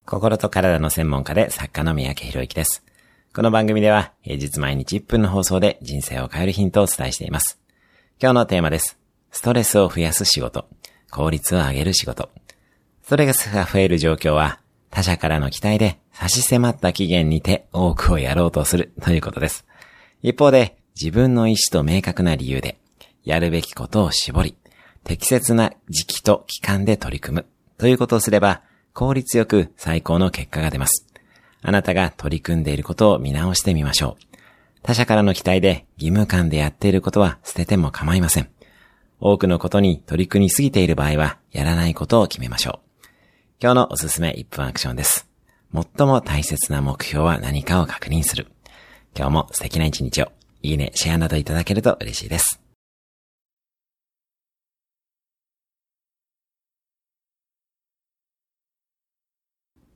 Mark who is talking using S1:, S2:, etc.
S1: 心と体の専門家で作家の三宅宏之です。この番組では平日毎日1分の放送で人生を変えるヒントをお伝えしています。今日のテーマです。ストレスを増やす仕事、効率を上げる仕事。ストレスが増える状況は他者からの期待で差し迫った期限にて多くをやろうとするということです。一方で自分の意思と明確な理由でやるべきことを絞り、適切な時期と期間で取り組むということをすれば効率よく最高の結果が出ます。あなたが取り組んでいることを見直してみましょう。他者からの期待で義務感でやっていることは捨てても構いません。多くのことに取り組みすぎている場合はやらないことを決めましょう。今日のおすすめ1分アクションです。最も大切な目標は何かを確認する。今日も素敵な一日を。いいね、シェアなどいただけると嬉しいです。